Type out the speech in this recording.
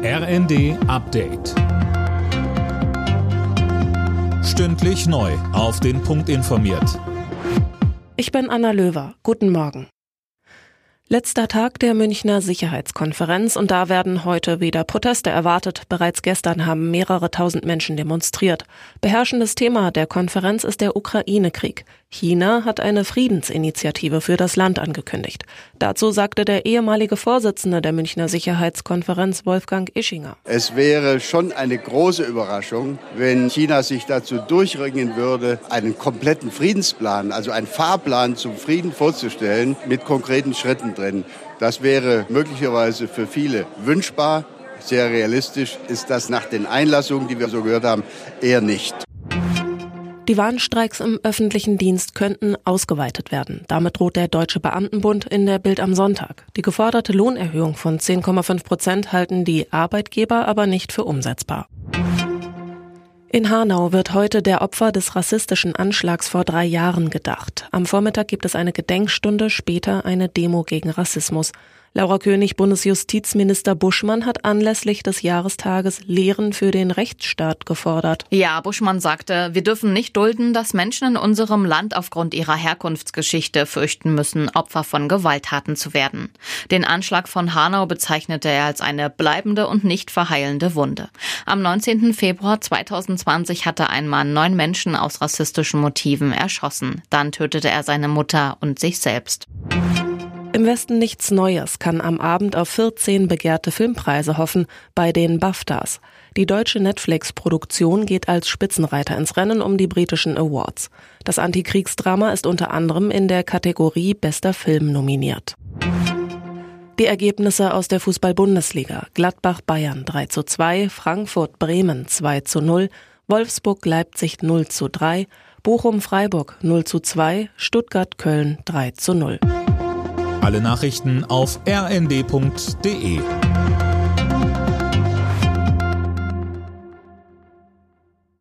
RND Update. Stündlich neu auf den Punkt informiert. Ich bin Anna Löwer. Guten Morgen. Letzter Tag der Münchner Sicherheitskonferenz und da werden heute wieder Proteste erwartet. Bereits gestern haben mehrere tausend Menschen demonstriert. Beherrschendes Thema der Konferenz ist der Ukraine-Krieg. China hat eine Friedensinitiative für das Land angekündigt. Dazu sagte der ehemalige Vorsitzende der Münchner Sicherheitskonferenz, Wolfgang Ischinger. Es wäre schon eine große Überraschung, wenn China sich dazu durchringen würde, einen kompletten Friedensplan, also einen Fahrplan zum Frieden vorzustellen, mit konkreten Schritten drin. Das wäre möglicherweise für viele wünschbar. Sehr realistisch ist das nach den Einlassungen, die wir so gehört haben, eher nicht. Die Warnstreiks im öffentlichen Dienst könnten ausgeweitet werden. Damit droht der Deutsche Beamtenbund in der Bild am Sonntag. Die geforderte Lohnerhöhung von 10,5% halten die Arbeitgeber aber nicht für umsetzbar. In Hanau wird heute der Opfer des rassistischen Anschlags vor 3 Jahren gedacht. Am Vormittag gibt es eine Gedenkstunde, später eine Demo gegen Rassismus. Laura König, Bundesjustizminister Buschmann, hat anlässlich des Jahrestages Lehren für den Rechtsstaat gefordert. Ja, Buschmann sagte, wir dürfen nicht dulden, dass Menschen in unserem Land aufgrund ihrer Herkunftsgeschichte fürchten müssen, Opfer von Gewalttaten zu werden. Den Anschlag von Hanau bezeichnete er als eine bleibende und nicht verheilende Wunde. Am 19. Februar 2020 hatte ein Mann 9 Menschen aus rassistischen Motiven erschossen. Dann tötete er seine Mutter und sich selbst. Im Westen nichts Neues kann am Abend auf 14 begehrte Filmpreise hoffen bei den BAFTAs. Die deutsche Netflix-Produktion geht als Spitzenreiter ins Rennen um die britischen Awards. Das Antikriegsdrama ist unter anderem in der Kategorie Bester Film nominiert. Die Ergebnisse aus der Fußball-Bundesliga: Gladbach-Bayern 3:2, Frankfurt-Bremen 2:0, Wolfsburg-Leipzig 0:3, Bochum-Freiburg 0:2, Stuttgart-Köln 3:0. Alle Nachrichten auf rnd.de.